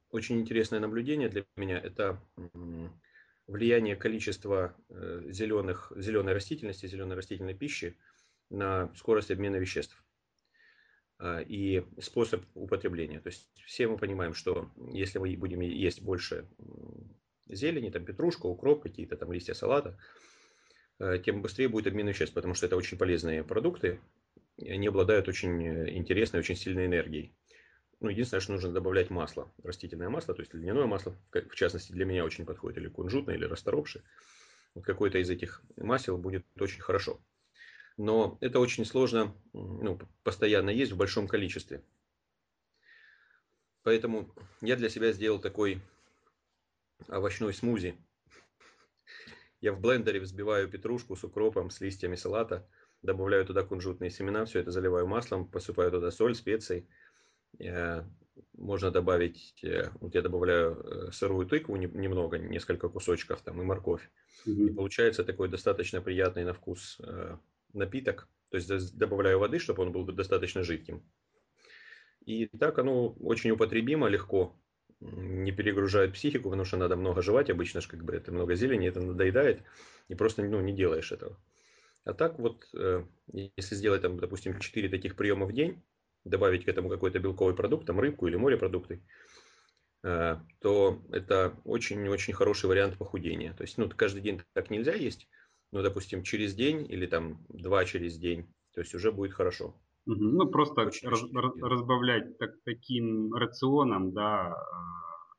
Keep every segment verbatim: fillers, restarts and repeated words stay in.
очень интересное наблюдение для меня — это м, влияние количества э, зеленых, зеленой растительности, зеленой растительной пищи на скорость обмена веществ а, и способ употребления. То есть все мы понимаем, что если мы будем есть больше м, зелени, там петрушка, укроп, какие-то там листья салата, э, тем быстрее будет обмен веществ, потому что это очень полезные продукты, и они обладают очень э, интересной, очень сильной энергией. Ну, единственное, что нужно добавлять масло, растительное масло, то есть льняное масло, в частности, для меня очень подходит, или кунжутное, или расторопшее. Вот какое-то из этих масел будет очень хорошо. Но это очень сложно, ну, постоянно есть в большом количестве. Поэтому я для себя сделал такой овощной смузи. Я в блендере взбиваю петрушку с укропом, с листьями салата, добавляю туда кунжутные семена, все это заливаю маслом, посыпаю туда соль, специи. Э, Можно добавить, э, вот я добавляю э, сырую тыкву немного, несколько кусочков там и морковь. И Мгм. получается такой достаточно приятный на вкус э, напиток. То есть добавляю воды, чтобы он был достаточно жидким. И так оно очень употребимо, легко, не перегружает психику, потому что надо много жевать, обычно же как бы это много зелени, это надоедает, и просто ну, не делаешь этого. А так вот, э, если сделать там, допустим, четыре таких приема в день, добавить к этому какой-то белковый продукт, там рыбку или морепродукты, э, то это очень-очень хороший вариант похудения. То есть, ну, каждый день так нельзя есть, но, допустим, через день или там два через день, то есть уже будет хорошо. Мгм. Ну, просто раз- Очень-очень ра- эффективно. разбавлять так- таким рационом, да, а,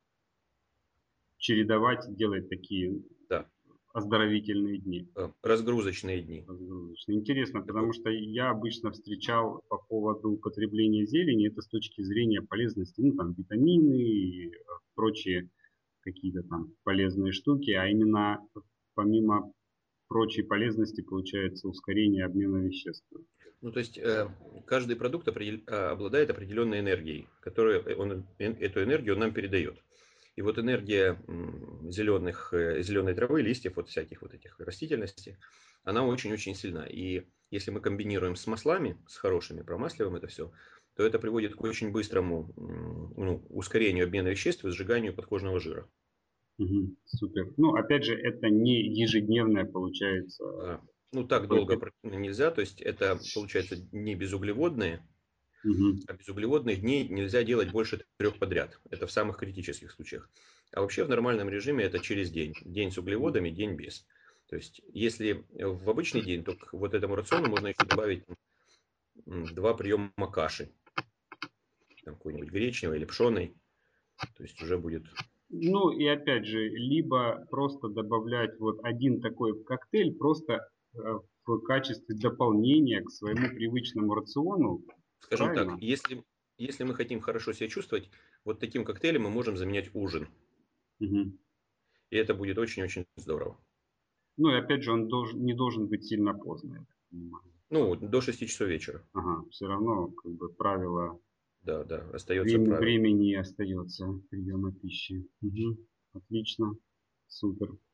чередовать, делать такие Да, оздоровительные дни. э, разгрузочные дни. Разгрузочные. Интересно, Такой, потому что я обычно встречал по поводу употребления зелени, это с точки зрения полезности, ну, там, витамины и э, прочие какие-то там полезные штуки, а именно помимо прочей полезности получается ускорение обмена веществ. ну, то есть э, каждый продукт определ- а, обладает определенной энергией, которую он, э, эту энергию он нам передает. И вот энергия м, зеленых, э, зеленой травы, листьев, вот всяких вот этих растительностей, она очень-очень сильна. И если мы комбинируем с маслами, с хорошими, промасливаем это все, то это приводит к очень быстрому м, ну, ускорению обмена веществ и сжиганию подкожного жира. Мгм. Супер. Ну, опять же, это не ежедневное получается А, Ну, так такое. долго пи- пр- нельзя, то есть это получается не безуглеводные, Мгм. а безуглеводных дней нельзя делать больше трех подряд. Это в самых критических случаях. А вообще в нормальном режиме это через день. День с углеводами, день без. То есть, если в обычный день, то к вот этому рациону можно еще добавить м, два приема каши. Там какой-нибудь гречневой или пшеной. То есть уже будет... Ну и опять же, либо просто добавлять вот один такой коктейль просто э, в качестве дополнения к своему привычному рациону, Скажем так, правильно? если, если мы хотим хорошо себя чувствовать, вот таким коктейлем мы можем заменять ужин. Мгм. И это будет очень-очень здорово. Ну и опять же, он должен, не должен быть сильно поздно, я так понимаю. Ну, до шести часов вечера. Ага, все равно как бы правило Да, да, остается времени, правило. времени остается приема пищи. Мгм. Отлично, супер.